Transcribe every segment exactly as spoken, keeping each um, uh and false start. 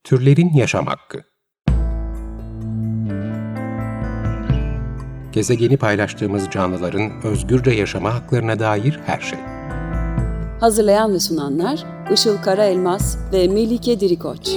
Türlerin yaşam hakkı. Gezegeni paylaştığımız canlıların özgürce yaşama haklarına dair her şey. Hazırlayan ve sunanlar Işıl Karaelmaz ve Melike Dirikoç.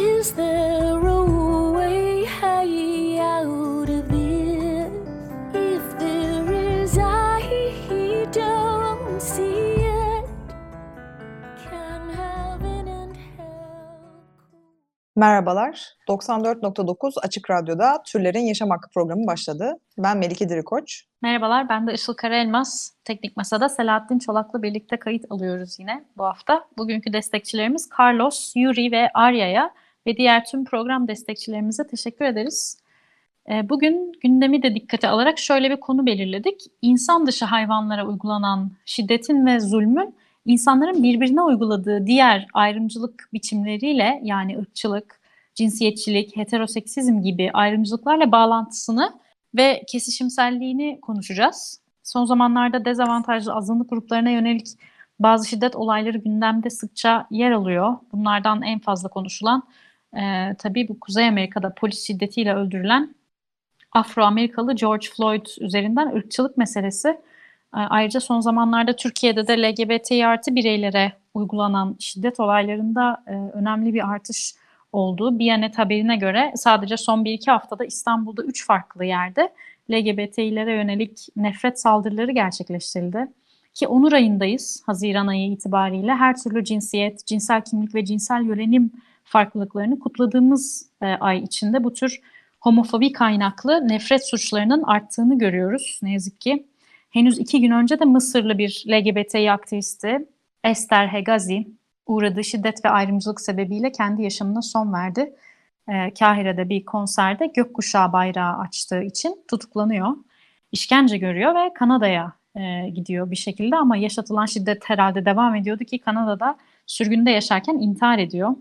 Merhabalar, doksan dört nokta dokuz Açık Radyo'da Türlerin Yaşam Hakkı programı başladı. Ben Melike Dirikoç. Merhabalar, ben de Işıl Karaelmaz. Teknik Masa'da Selahattin Çolak'la birlikte kayıt alıyoruz yine bu hafta. Bugünkü destekçilerimiz Carlos, Yuri ve Arya'ya ve diğer tüm program destekçilerimize teşekkür ederiz. Bugün gündemi de dikkate alarak şöyle bir konu belirledik. İnsan dışı hayvanlara uygulanan şiddetin ve zulmün insanların birbirine uyguladığı diğer ayrımcılık biçimleriyle, yani ırkçılık, cinsiyetçilik, heteroseksizm gibi ayrımcılıklarla bağlantısını ve kesişimselliğini konuşacağız. Son zamanlarda dezavantajlı azınlık gruplarına yönelik bazı şiddet olayları gündemde sıkça yer alıyor. Bunlardan en fazla konuşulan e, tabii bu Kuzey Amerika'da polis şiddetiyle öldürülen Afro-Amerikalı George Floyd üzerinden ırkçılık meselesi. Ayrıca son zamanlarda Türkiye'de de L G B T artı bireylere uygulanan şiddet olaylarında e, önemli bir artış oldu. Biyanet haberine göre sadece son bir iki haftada İstanbul'da üç farklı yerde L G B T'lere yönelik nefret saldırıları gerçekleştirildi. Ki Onur ayındayız, Haziran ayı itibariyle her türlü cinsiyet, cinsel kimlik ve cinsel yönelim farklılıklarını kutladığımız e, ay içinde bu tür homofobi kaynaklı nefret suçlarının arttığını görüyoruz ne yazık ki. Henüz iki gün önce de Mısırlı bir L G B T aktivisti Esther Hegazi uğradığı şiddet ve ayrımcılık sebebiyle kendi yaşamına son verdi. Ee, Kahire'de bir konserde gökkuşağı bayrağı açtığı için tutuklanıyor. İşkence görüyor ve Kanada'ya e, gidiyor bir şekilde ama yaşatılan şiddet herhalde devam ediyordu ki Kanada'da sürgünde yaşarken intihar ediyor.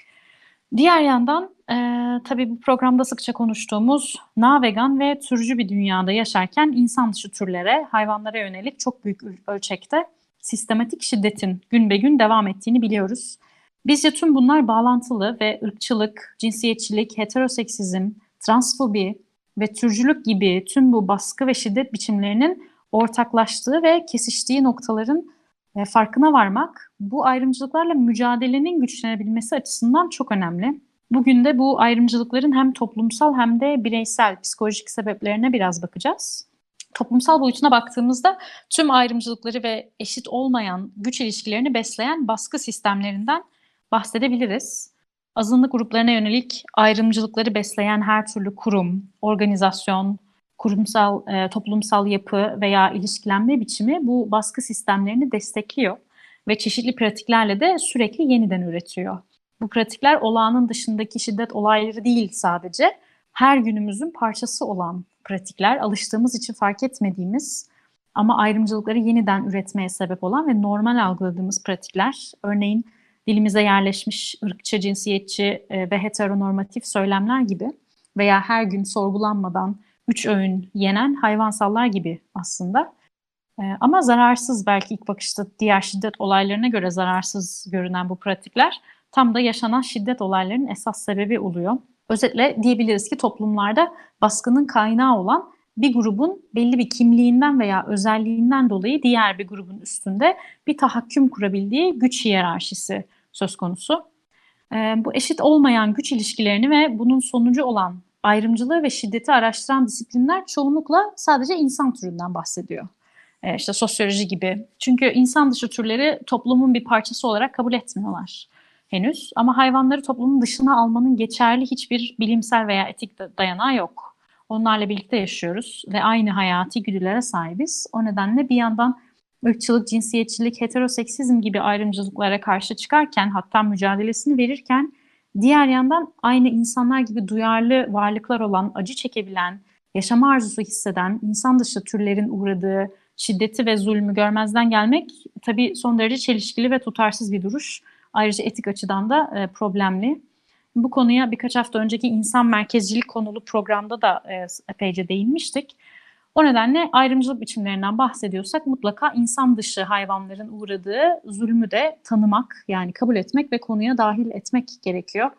Diğer yandan e, tabii bu programda sıkça konuştuğumuz na-vegan ve türcü bir dünyada yaşarken insan dışı türlere, hayvanlara yönelik çok büyük ölçekte sistematik şiddetin gün be gün devam ettiğini biliyoruz. Bizce tüm bunlar bağlantılı ve ırkçılık, cinsiyetçilik, heteroseksizm, transfobi ve türcülük gibi tüm bu baskı ve şiddet biçimlerinin ortaklaştığı ve kesiştiği noktaların farkına varmak, bu ayrımcılıklarla mücadelenin güçlenebilmesi açısından çok önemli. Bugün de bu ayrımcılıkların hem toplumsal hem de bireysel psikolojik sebeplerine biraz bakacağız. Toplumsal boyutuna baktığımızda tüm ayrımcılıkları ve eşit olmayan güç ilişkilerini besleyen baskı sistemlerinden bahsedebiliriz. Azınlık gruplarına yönelik ayrımcılıkları besleyen her türlü kurum, organizasyon, kurumsal, e, toplumsal yapı veya ilişkilenme biçimi bu baskı sistemlerini destekliyor ve çeşitli pratiklerle de sürekli yeniden üretiyor. Bu pratikler olağanın dışındaki şiddet olayları değil sadece, her günümüzün parçası olan pratikler, alıştığımız için fark etmediğimiz ama ayrımcılıkları yeniden üretmeye sebep olan ve normal algıladığımız pratikler. Örneğin dilimize yerleşmiş ırkçı, cinsiyetçi e, ve heteronormatif söylemler gibi veya her gün sorgulanmadan üç öğün yenen hayvansallar gibi aslında. Ee, ama zararsız, belki ilk bakışta diğer şiddet olaylarına göre zararsız görünen bu pratikler tam da yaşanan şiddet olaylarının esas sebebi oluyor. Özetle diyebiliriz ki toplumlarda baskının kaynağı olan bir grubun belli bir kimliğinden veya özelliğinden dolayı diğer bir grubun üstünde bir tahakküm kurabildiği güç hiyerarşisi söz konusu. Ee, bu eşit olmayan güç ilişkilerini ve bunun sonucu olan ayrımcılığı ve şiddeti araştıran disiplinler çoğunlukla sadece insan türünden bahsediyor. Ee, işte sosyoloji gibi. Çünkü insan dışı türleri toplumun bir parçası olarak kabul etmiyorlar henüz. Ama hayvanları toplumun dışına almanın geçerli hiçbir bilimsel veya etik dayanağı yok. Onlarla birlikte yaşıyoruz ve aynı hayati güdülere sahibiz. O nedenle bir yandan ırkçılık, cinsiyetçilik, heteroseksizm gibi ayrımcılıklara karşı çıkarken, hatta mücadelesini verirken, diğer yandan aynı insanlar gibi duyarlı varlıklar olan, acı çekebilen, yaşama arzusu hisseden, insan dışı türlerin uğradığı şiddeti ve zulmü görmezden gelmek tabii son derece çelişkili ve tutarsız bir duruş. Ayrıca etik açıdan da e, problemli. Bu konuya birkaç hafta önceki insan merkezcilik konulu programda da e, epeyce değinmiştik. O nedenle ayrımcılık biçimlerinden bahsediyorsak mutlaka insan dışı hayvanların uğradığı zulmü de tanımak, yani kabul etmek ve konuya dahil etmek gerekiyor.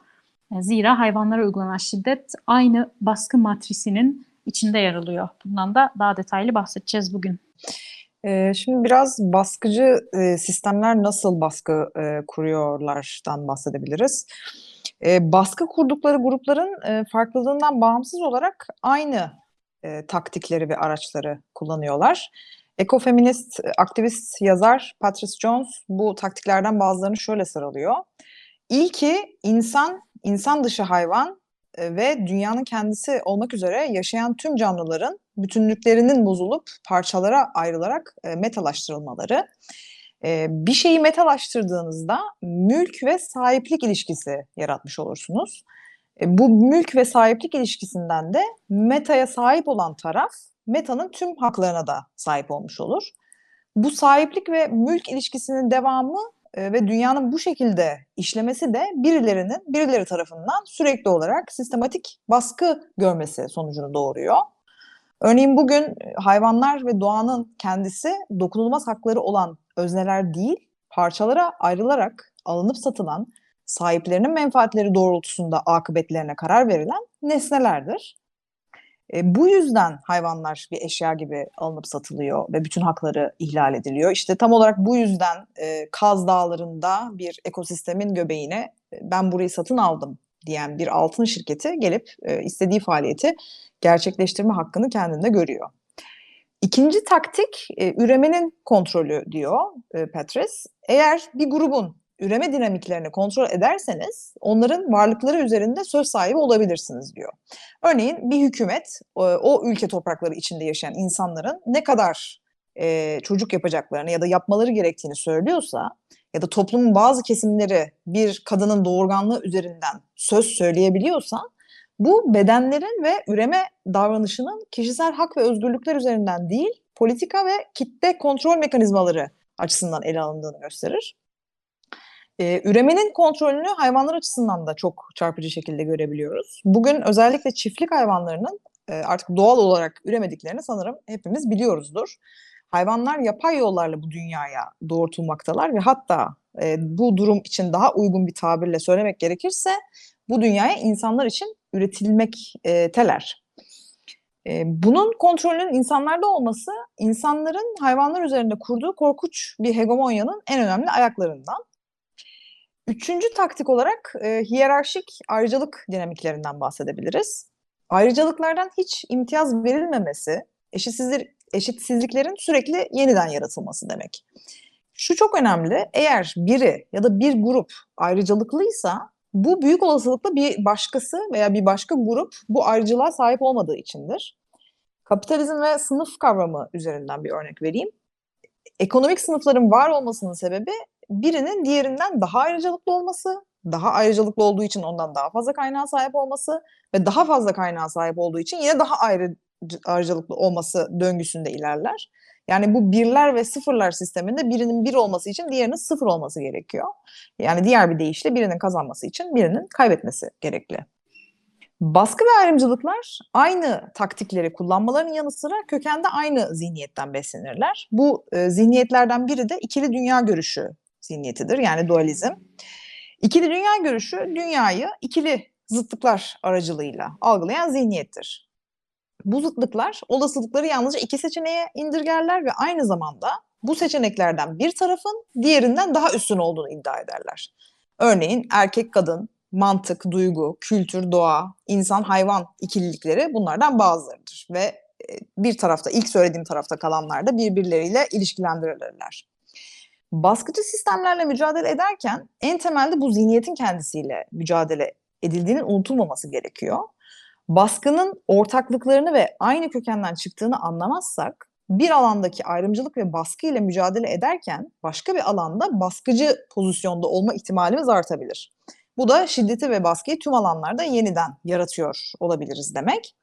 Zira hayvanlara uygulanan şiddet aynı baskı matrisinin içinde yer alıyor. Bundan da daha detaylı bahsedeceğiz bugün. Ee, şimdi biraz baskıcı e, sistemler nasıl baskı e, kuruyorlardan bahsedebiliriz. E, baskı kurdukları grupların e, farklılığından bağımsız olarak aynı e, taktikleri ve araçları kullanıyorlar. Ekofeminist e, aktivist yazar Patrice Jones bu taktiklerden bazılarını şöyle sıralıyor. İlki insan, insan dışı hayvan e, ve dünyanın kendisi olmak üzere yaşayan tüm canlıların bütünlüklerinin bozulup parçalara ayrılarak e, metalaştırılmaları. E, bir şeyi metalaştırdığınızda mülk ve sahiplik ilişkisi yaratmış olursunuz. E, bu mülk ve sahiplik ilişkisinden de metaya sahip olan taraf metanın tüm haklarına da sahip olmuş olur. Bu sahiplik ve mülk ilişkisinin devamı e, ve dünyanın bu şekilde işlemesi de birilerinin birileri tarafından sürekli olarak sistematik baskı görmesi sonucunu doğuruyor. Örneğin bugün hayvanlar ve doğanın kendisi dokunulmaz hakları olan özneler değil, parçalara ayrılarak alınıp satılan, sahiplerinin menfaatleri doğrultusunda akıbetlerine karar verilen nesnelerdir. E, bu yüzden hayvanlar bir eşya gibi alınıp satılıyor ve bütün hakları ihlal ediliyor. İşte tam olarak bu yüzden e, Kaz Dağları'nda bir ekosistemin göbeğine e, ben burayı satın aldım diyen bir altın şirketi gelip e, istediği faaliyeti gerçekleştirme hakkını kendinde görüyor. İkinci taktik e, üremenin kontrolü diyor e, Patrice. Eğer bir grubun üreme dinamiklerini kontrol ederseniz onların varlıkları üzerinde söz sahibi olabilirsiniz diyor. Örneğin bir hükümet o, o ülke toprakları içinde yaşayan insanların ne kadar e, çocuk yapacaklarını ya da yapmaları gerektiğini söylüyorsa ya da toplumun bazı kesimleri bir kadının doğurganlığı üzerinden söz söyleyebiliyorsa bu bedenlerin ve üreme davranışının kişisel hak ve özgürlükler üzerinden değil, politika ve kitle kontrol mekanizmaları açısından ele alındığını gösterir. Ee, üremenin kontrolünü hayvanlar açısından da çok çarpıcı şekilde görebiliyoruz. Bugün özellikle çiftlik hayvanlarının e, artık doğal olarak üremediklerini sanırım hepimiz biliyoruzdur. Hayvanlar yapay yollarla bu dünyaya doğurtulmaktalar ve hatta e, bu durum için daha uygun bir tabirle söylemek gerekirse bu dünyaya insanlar için üretilmekteler. E, bunun kontrolünün insanlarda olması insanların hayvanlar üzerinde kurduğu korkunç bir hegemonyanın en önemli ayaklarından. Üçüncü taktik olarak e, hiyerarşik ayrıcalık dinamiklerinden bahsedebiliriz. Ayrıcalıklardan hiç imtiyaz verilmemesi, eşitsizlik, eşitsizliklerin sürekli yeniden yaratılması demek. Şu çok önemli, eğer biri ya da bir grup ayrıcalıklıysa bu büyük olasılıkla bir başkası veya bir başka grup bu ayrıcalığa sahip olmadığı içindir. Kapitalizm ve sınıf kavramı üzerinden bir örnek vereyim. Ekonomik sınıfların var olmasının sebebi birinin diğerinden daha ayrıcalıklı olması, daha ayrıcalıklı olduğu için ondan daha fazla kaynağa sahip olması ve daha fazla kaynağa sahip olduğu için yine daha ayrı, ayrıcalıklı olması döngüsünde ilerler. Yani bu birler ve sıfırlar sisteminde birinin bir olması için diğerinin sıfır olması gerekiyor. Yani diğer bir deyişle birinin kazanması için birinin kaybetmesi gerekli. Baskı ve ayrımcılıklar aynı taktikleri kullanmalarının yanı sıra kökende aynı zihniyetten beslenirler. Bu e, zihniyetlerden biri de ikili dünya görüşü zihniyetidir, yani dualizm. İkili dünya görüşü dünyayı ikili zıtlıklar aracılığıyla algılayan zihniyettir. Bu zıtlıklar olasılıkları yalnızca iki seçeneğe indirgerler ve aynı zamanda bu seçeneklerden bir tarafın diğerinden daha üstün olduğunu iddia ederler. Örneğin erkek kadın, mantık, duygu, kültür, doğa, insan, hayvan ikililikleri bunlardan bazılarıdır. Ve bir tarafta, ilk söylediğim tarafta kalanlar da birbirleriyle ilişkilendirilirler. Baskıcı sistemlerle mücadele ederken en temelde bu zihniyetin kendisiyle mücadele edildiğinin unutulmaması gerekiyor. Baskının ortaklıklarını ve aynı kökenden çıktığını anlamazsak, bir alandaki ayrımcılık ve baskı ile mücadele ederken başka bir alanda baskıcı pozisyonda olma ihtimalimiz artabilir. Bu da şiddeti ve baskıyı tüm alanlarda yeniden yaratıyor olabiliriz demek.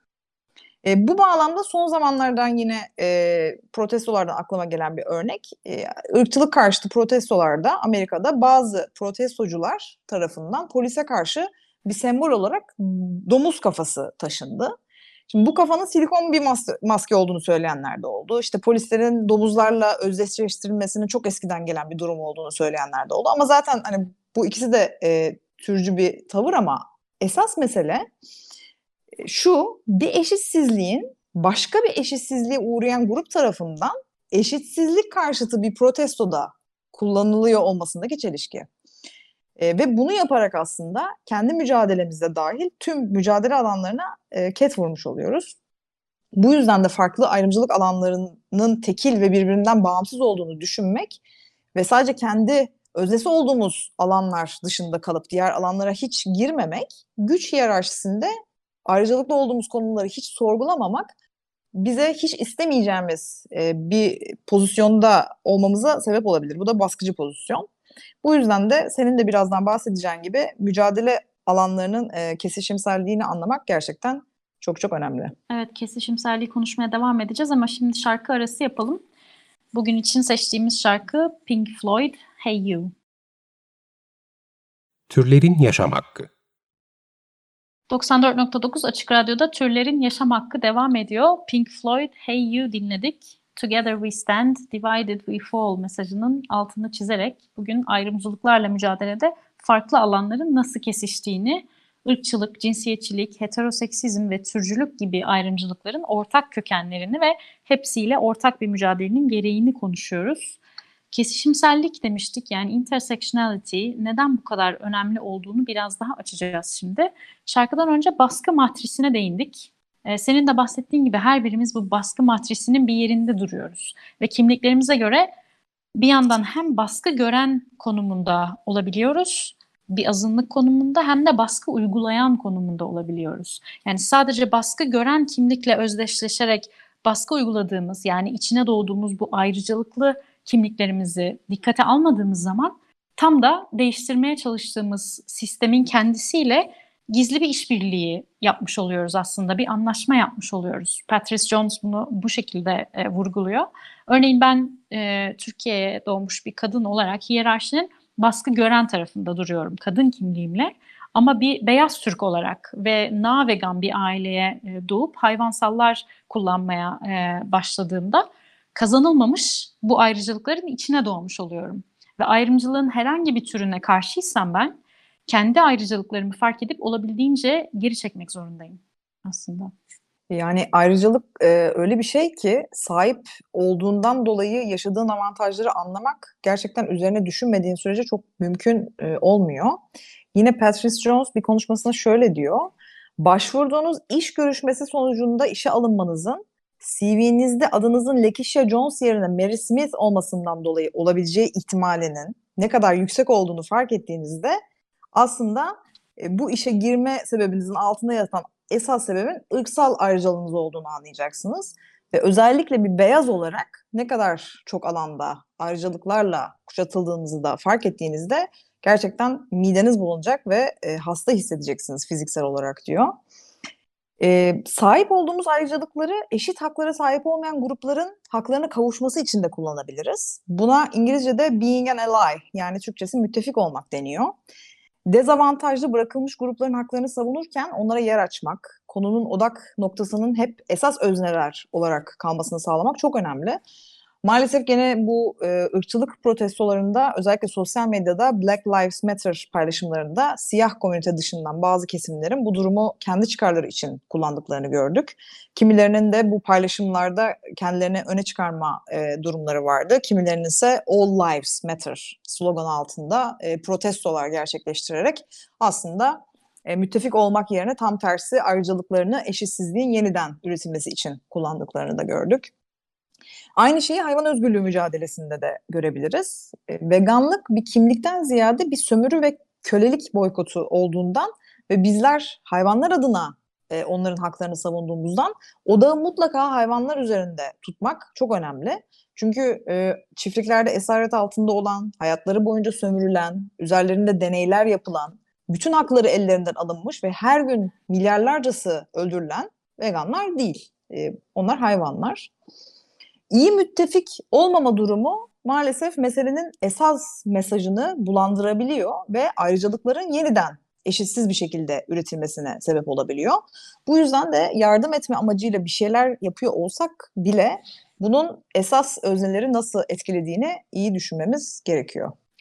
E, bu bağlamda son zamanlardan yine e, protestolardan aklıma gelen bir örnek. E, ırkçılık karşıtı protestolarda Amerika'da bazı protestocular tarafından polise karşı bir sembol olarak domuz kafası taşındı. Şimdi bu kafanın silikon bir mas- maske olduğunu söyleyenler de oldu. İşte polislerin domuzlarla özdeşleştirilmesinin çok eskiden gelen bir durum olduğunu söyleyenler de oldu. Ama zaten hani bu ikisi de e, türcü bir tavır ama esas mesele şu: bir eşitsizliğin başka bir eşitsizliğe uğrayan grup tarafından eşitsizlik karşıtı bir protestoda kullanılıyor olmasındaki çelişki. E, ve bunu yaparak aslında kendi mücadelemizde dahil tüm mücadele alanlarına e, ket vurmuş oluyoruz. Bu yüzden de farklı ayrımcılık alanlarının tekil ve birbirinden bağımsız olduğunu düşünmek ve sadece kendi öznesi olduğumuz alanlar dışında kalıp diğer alanlara hiç girmemek, güç hiyerarşisinde ayrıcalıklı olduğumuz konuları hiç sorgulamamak bize hiç istemeyeceğimiz e, bir pozisyonda olmamıza sebep olabilir. Bu da baskıcı pozisyon. Bu yüzden de senin de birazdan bahsedeceğin gibi mücadele alanlarının e, kesişimselliğini anlamak gerçekten çok çok önemli. Evet, kesişimselliği konuşmaya devam edeceğiz ama şimdi şarkı arası yapalım. Bugün için seçtiğimiz şarkı Pink Floyd, Hey You. Türlerin yaşam hakkı. doksan dört nokta dokuz Açık Radyo'da Türlerin Yaşam Hakkı devam ediyor. Pink Floyd, Hey You dinledik. Together we stand, divided we fall mesajının altını çizerek bugün ayrımcılıklarla mücadelede farklı alanların nasıl kesiştiğini, ırkçılık, cinsiyetçilik, heteroseksizm ve türcülük gibi ayrımcılıkların ortak kökenlerini ve hepsiyle ortak bir mücadelenin gereğini konuşuyoruz. Kesişimsellik demiştik, yani intersectionality neden bu kadar önemli olduğunu biraz daha açacağız şimdi. Şarkıdan önce baskı matrisine değindik. Ee, senin de bahsettiğin gibi her birimiz bu baskı matrisinin bir yerinde duruyoruz. Ve kimliklerimize göre bir yandan hem baskı gören konumunda olabiliyoruz, bir azınlık konumunda, hem de baskı uygulayan konumunda olabiliyoruz. Yani sadece baskı gören kimlikle özdeşleşerek baskı uyguladığımız, yani içine doğduğumuz bu ayrıcalıklı kimliklerimizi dikkate almadığımız zaman tam da değiştirmeye çalıştığımız sistemin kendisiyle gizli bir işbirliği yapmış oluyoruz aslında. Bir anlaşma yapmış oluyoruz. Patrice Jones bunu bu şekilde e, vurguluyor. Örneğin ben e, Türkiye'ye doğmuş bir kadın olarak hiyerarşinin baskı gören tarafında duruyorum kadın kimliğimle. Ama bir beyaz Türk olarak ve na-vegan bir aileye e, doğup hayvansallar kullanmaya e, başladığımda kazanılmamış bu ayrıcalıkların içine doğmuş oluyorum. Ve ayrımcılığın herhangi bir türüne karşıysam ben kendi ayrıcalıklarımı fark edip olabildiğince geri çekmek zorundayım aslında. Yani ayrıcalık e, öyle bir şey ki sahip olduğundan dolayı yaşadığın avantajları anlamak gerçekten üzerine düşünmediğin sürece çok mümkün e, olmuyor. Yine Patrice Jones bir konuşmasında şöyle diyor: başvurduğunuz iş görüşmesi sonucunda işe alınmanızın C V'nizde adınızın Lakeisha Jones yerine Mary Smith olmasından dolayı olabileceği ihtimalinin ne kadar yüksek olduğunu fark ettiğinizde aslında e, bu işe girme sebebinizin altında yatan esas sebebin ırksal ayrıcalığınız olduğunu anlayacaksınız. Ve özellikle bir beyaz olarak ne kadar çok alanda ayrıcalıklarla kuşatıldığınızı da fark ettiğinizde gerçekten mideniz bulanacak ve e, hasta hissedeceksiniz fiziksel olarak diyor. E, sahip olduğumuz ayrıcalıkları eşit haklara sahip olmayan grupların haklarına kavuşması için de kullanabiliriz. Buna İngilizce'de being an ally, yani Türkçesi müttefik olmak deniyor. Dezavantajlı bırakılmış grupların haklarını savunurken onlara yer açmak, konunun odak noktasının hep esas özneler olarak kalmasını sağlamak çok önemli. Maalesef gene bu e, ırkçılık protestolarında, özellikle sosyal medyada Black Lives Matter paylaşımlarında siyah komünite dışından bazı kesimlerin bu durumu kendi çıkarları için kullandıklarını gördük. Kimilerinin de bu paylaşımlarda kendilerini öne çıkarma e, durumları vardı. Kimilerinin ise All Lives Matter slogan altında e, protestolar gerçekleştirerek aslında e, müttefik olmak yerine tam tersi ayrıcalıklarını eşitsizliğin yeniden üretilmesi için kullandıklarını da gördük. Aynı şeyi hayvan özgürlüğü mücadelesinde de görebiliriz. E, veganlık bir kimlikten ziyade bir sömürü ve kölelik boykotu olduğundan ve bizler hayvanlar adına e, onların haklarını savunduğumuzdan odağı mutlaka hayvanlar üzerinde tutmak çok önemli. Çünkü e, çiftliklerde esaret altında olan, hayatları boyunca sömürülen, üzerlerinde deneyler yapılan, bütün hakları ellerinden alınmış ve her gün milyarlarcası öldürülen veganlar değil. E, onlar hayvanlar. İyi müttefik olmama durumu maalesef meselenin esas mesajını bulandırabiliyor ve ayrıcalıkların yeniden eşitsiz bir şekilde üretilmesine sebep olabiliyor. Bu yüzden de yardım etme amacıyla bir şeyler yapıyor olsak bile bunun esas özneleri nasıl etkilediğini iyi düşünmemiz gerekiyor.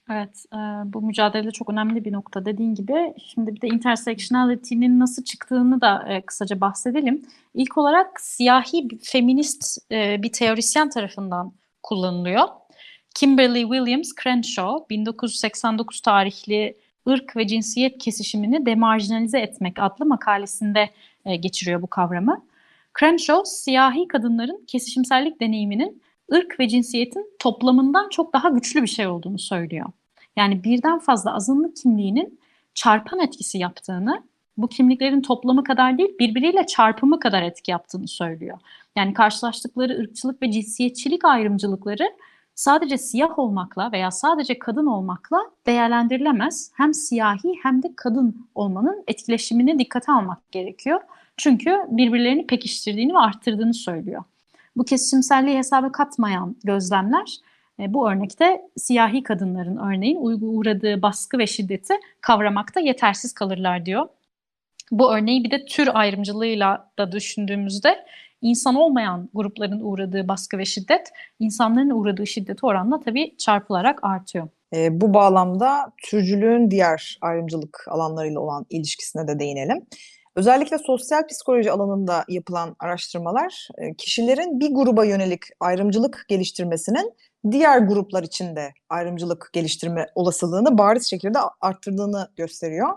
Evet, e, bu mücadelede çok önemli bir nokta dediğin gibi. Şimdi bir de intersectionality'nin nasıl çıktığını da e, kısaca bahsedelim. İlk olarak siyahi bir feminist e, bir teorisyen tarafından kullanılıyor. Kimberly Williams Crenshaw, bin dokuz yüz seksen dokuz tarihli ırk ve cinsiyet kesişimini demarjinalize etmek adlı makalesinde e, geçiriyor bu kavramı. Crenshaw, siyahi kadınların kesişimsellik deneyiminin ırk ve cinsiyetin toplamından çok daha güçlü bir şey olduğunu söylüyor. Yani birden fazla azınlık kimliğinin çarpan etkisi yaptığını, bu kimliklerin toplamı kadar değil, birbiriyle çarpımı kadar etki yaptığını söylüyor. Yani karşılaştıkları ırkçılık ve cinsiyetçilik ayrımcılıkları sadece siyah olmakla veya sadece kadın olmakla değerlendirilemez. Hem siyahi hem de kadın olmanın etkileşimini dikkate almak gerekiyor. Çünkü birbirlerini pekiştirdiğini ve arttırdığını söylüyor. Bu kesişimselliği hesaba katmayan gözlemler e, bu örnekte siyahi kadınların örneğin uğradığı baskı ve şiddeti kavramakta yetersiz kalırlar diyor. Bu örneği bir de tür ayrımcılığıyla da düşündüğümüzde insan olmayan grupların uğradığı baskı ve şiddet insanların uğradığı şiddete oranla tabii çarpılarak artıyor. E, bu bağlamda türcülüğün diğer ayrımcılık alanlarıyla olan ilişkisine de değinelim. Özellikle sosyal psikoloji alanında yapılan araştırmalar kişilerin bir gruba yönelik ayrımcılık geliştirmesinin diğer gruplar için de ayrımcılık geliştirme olasılığını bariz şekilde arttırdığını gösteriyor.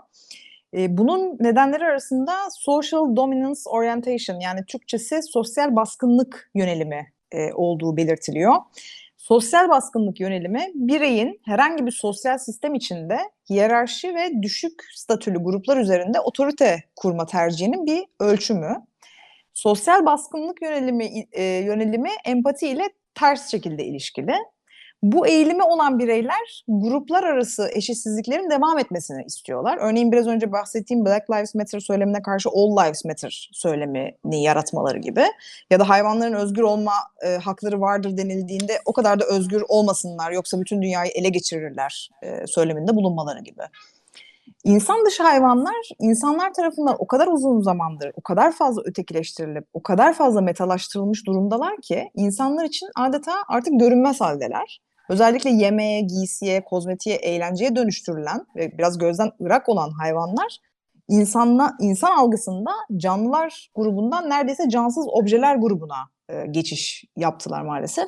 Bunun nedenleri arasında social dominance orientation, yani Türkçesi sosyal baskınlık yönelimi olduğu belirtiliyor. Sosyal baskınlık yönelimi bireyin herhangi bir sosyal sistem içinde hiyerarşi ve düşük statülü gruplar üzerinde otorite kurma tercihinin bir ölçümü. Sosyal baskınlık yönelimi, e, yönelimi empati ile ters şekilde ilişkili. Bu eğilimi olan bireyler gruplar arası eşitsizliklerin devam etmesini istiyorlar. Örneğin biraz önce bahsettiğim Black Lives Matter söylemine karşı All Lives Matter söylemini yaratmaları gibi. Ya da hayvanların özgür olma e, hakları vardır denildiğinde o kadar da özgür olmasınlar yoksa bütün dünyayı ele geçirirler e, söyleminde bulunmaları gibi. İnsan dışı hayvanlar insanlar tarafından o kadar uzun zamandır, o kadar fazla ötekileştirilip, o kadar fazla metalaştırılmış durumdalar ki insanlar için adeta artık görünmez haldeler. Özellikle yemeğe, giysiye, kozmetiğe, eğlenceye dönüştürülen ve biraz gözden ırak olan hayvanlar insanla, insan algısında canlılar grubundan neredeyse cansız objeler grubuna e, geçiş yaptılar maalesef.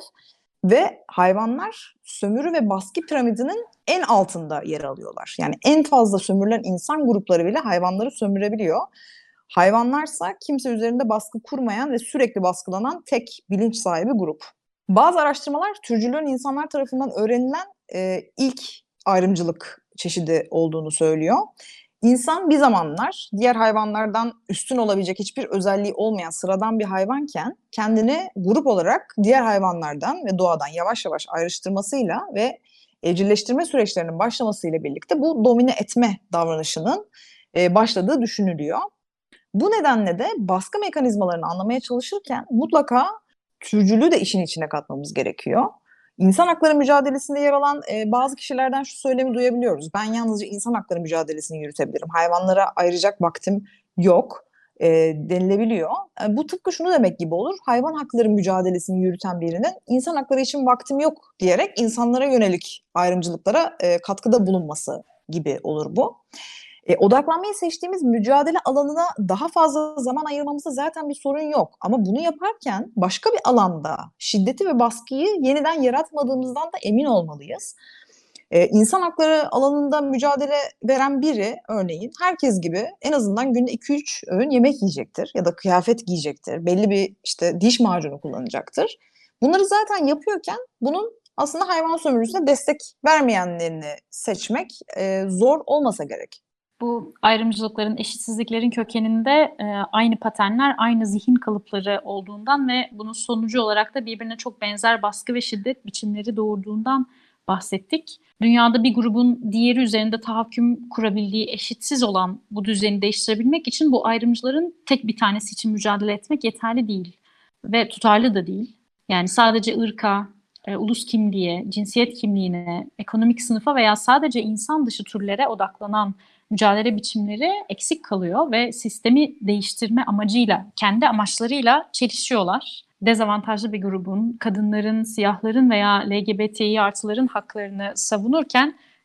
Ve hayvanlar sömürü ve baskı piramidinin en altında yer alıyorlar. Yani en fazla sömürülen insan grupları bile hayvanları sömürebiliyor. Hayvanlarsa kimse üzerinde baskı kurmayan ve sürekli baskılanan tek bilinç sahibi grup. Bazı araştırmalar türcülüğün insanlar tarafından öğrenilen e, ilk ayrımcılık çeşidi olduğunu söylüyor. İnsan bir zamanlar diğer hayvanlardan üstün olabilecek hiçbir özelliği olmayan sıradan bir hayvanken kendini grup olarak diğer hayvanlardan ve doğadan yavaş yavaş ayrıştırmasıyla ve evcilleştirme süreçlerinin başlamasıyla birlikte bu domine etme davranışının e, başladığı düşünülüyor. Bu nedenle de baskı mekanizmalarını anlamaya çalışırken mutlaka türcülüğü de işin içine katmamız gerekiyor. İnsan hakları mücadelesinde yer alan e, bazı kişilerden şu söylemi duyabiliyoruz. Ben yalnızca insan hakları mücadelesini yürütebilirim. Hayvanlara ayıracak vaktim yok e, denilebiliyor. E, bu tıpkı şunu demek gibi olur. Hayvan hakları mücadelesini yürüten birinin insan hakları için vaktim yok diyerek insanlara yönelik ayrımcılıklara e, katkıda bulunması gibi olur bu. E, odaklanmayı seçtiğimiz mücadele alanına daha fazla zaman ayırmamızda zaten bir sorun yok. Ama bunu yaparken başka bir alanda şiddeti ve baskıyı yeniden yaratmadığımızdan da emin olmalıyız. E, insan hakları alanında mücadele veren biri örneğin herkes gibi en azından günde iki üç öğün yemek yiyecektir ya da kıyafet giyecektir. Belli bir işte diş macunu kullanacaktır. Bunları zaten yapıyorken bunun aslında hayvan sömürüsüne destek vermeyenlerini seçmek e, zor olmasa gerek. Bu ayrımcılıkların, eşitsizliklerin kökeninde e, aynı paternler, aynı zihin kalıpları olduğundan ve bunun sonucu olarak da birbirine çok benzer baskı ve şiddet biçimleri doğurduğundan bahsettik. Dünyada bir grubun diğeri üzerinde tahakküm kurabildiği eşitsiz olan bu düzeni değiştirebilmek için bu ayrımcıların tek bir tanesi için mücadele etmek yeterli değil ve tutarlı da değil. Yani sadece ırka, e, ulus kimliğe, cinsiyet kimliğine, ekonomik sınıfa veya sadece insan dışı türlere odaklanan mücadele biçimleri eksik kalıyor ve sistemi değiştirme amacıyla, kendi amaçlarıyla çelişiyorlar. Dezavantajlı bir grubun, kadınların, siyahların veya L G B Tİ artıların haklarını savunurken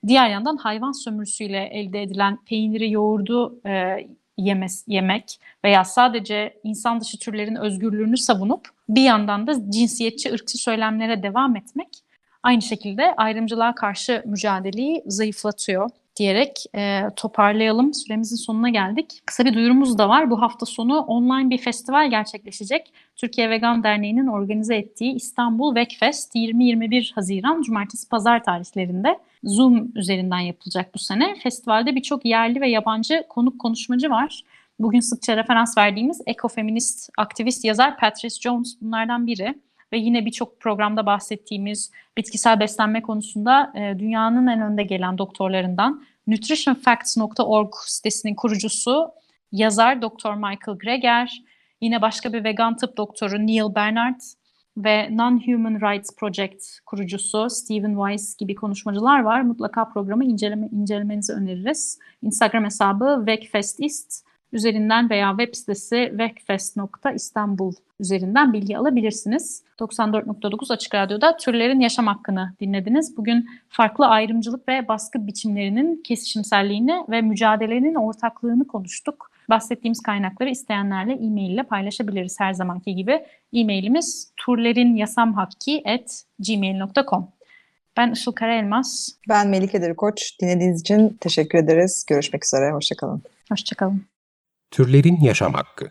Diğer yandan hayvan sömürüsüyle elde edilen peyniri, yoğurdu e, yemes, yemek veya sadece insan dışı türlerin özgürlüğünü savunup bir yandan da cinsiyetçi, ırkçı söylemlere devam etmek aynı şekilde ayrımcılığa karşı mücadeleyi zayıflatıyor diyerek e, toparlayalım. Süremizin sonuna geldik. Kısa bir duyurumuz da var. Bu hafta sonu online bir festival gerçekleşecek. Türkiye Vegan Derneği'nin organize ettiği İstanbul Vegfest yirmi yirmi bir Haziran Cumartesi Pazar tarihlerinde Zoom üzerinden yapılacak bu sene. Festivalde birçok yerli ve yabancı konuk konuşmacı var. Bugün sıkça referans verdiğimiz ekofeminist, aktivist yazar Patrice Jones bunlardan biri. Ve yine birçok programda bahsettiğimiz bitkisel beslenme konusunda e, dünyanın en önde gelen doktorlarından nutrition facts nokta org sitesinin kurucusu yazar doktor Michael Greger, yine başka bir vegan tıp doktoru Neil Bernard ve Non-Human Rights Project kurucusu Stephen Weiss gibi konuşmacılar var. Mutlaka programı inceleme, incelemenizi öneririz. Instagram hesabı vegfestist üzerinden veya web sitesi vegfest nokta istanbul üzerinden bilgi alabilirsiniz. doksan dört nokta dokuz Açık Radyo'da Türlerin Yaşam Hakkını dinlediniz. Bugün farklı ayrımcılık ve baskı biçimlerinin kesişimselliğini ve mücadelenin ortaklığını konuştuk. Bahsettiğimiz kaynakları isteyenlerle e-mail ile paylaşabiliriz her zamanki gibi. E-mailimiz turlerinyasamhakki at gmail nokta com. Ben Işıl Karaelmaz. Ben Melike Dirikoç. Dinlediğiniz için teşekkür ederiz. Görüşmek üzere. Hoşçakalın. Hoşçakalın. Türlerin Yaşam Hakkı.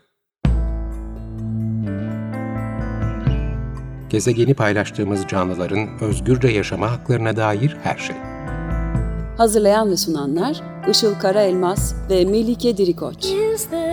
Gezegeni paylaştığımız canlıların özgürce yaşama haklarına dair her şey. Hazırlayan ve sunanlar Işıl Karaelmaz ve Melike Dirikoç.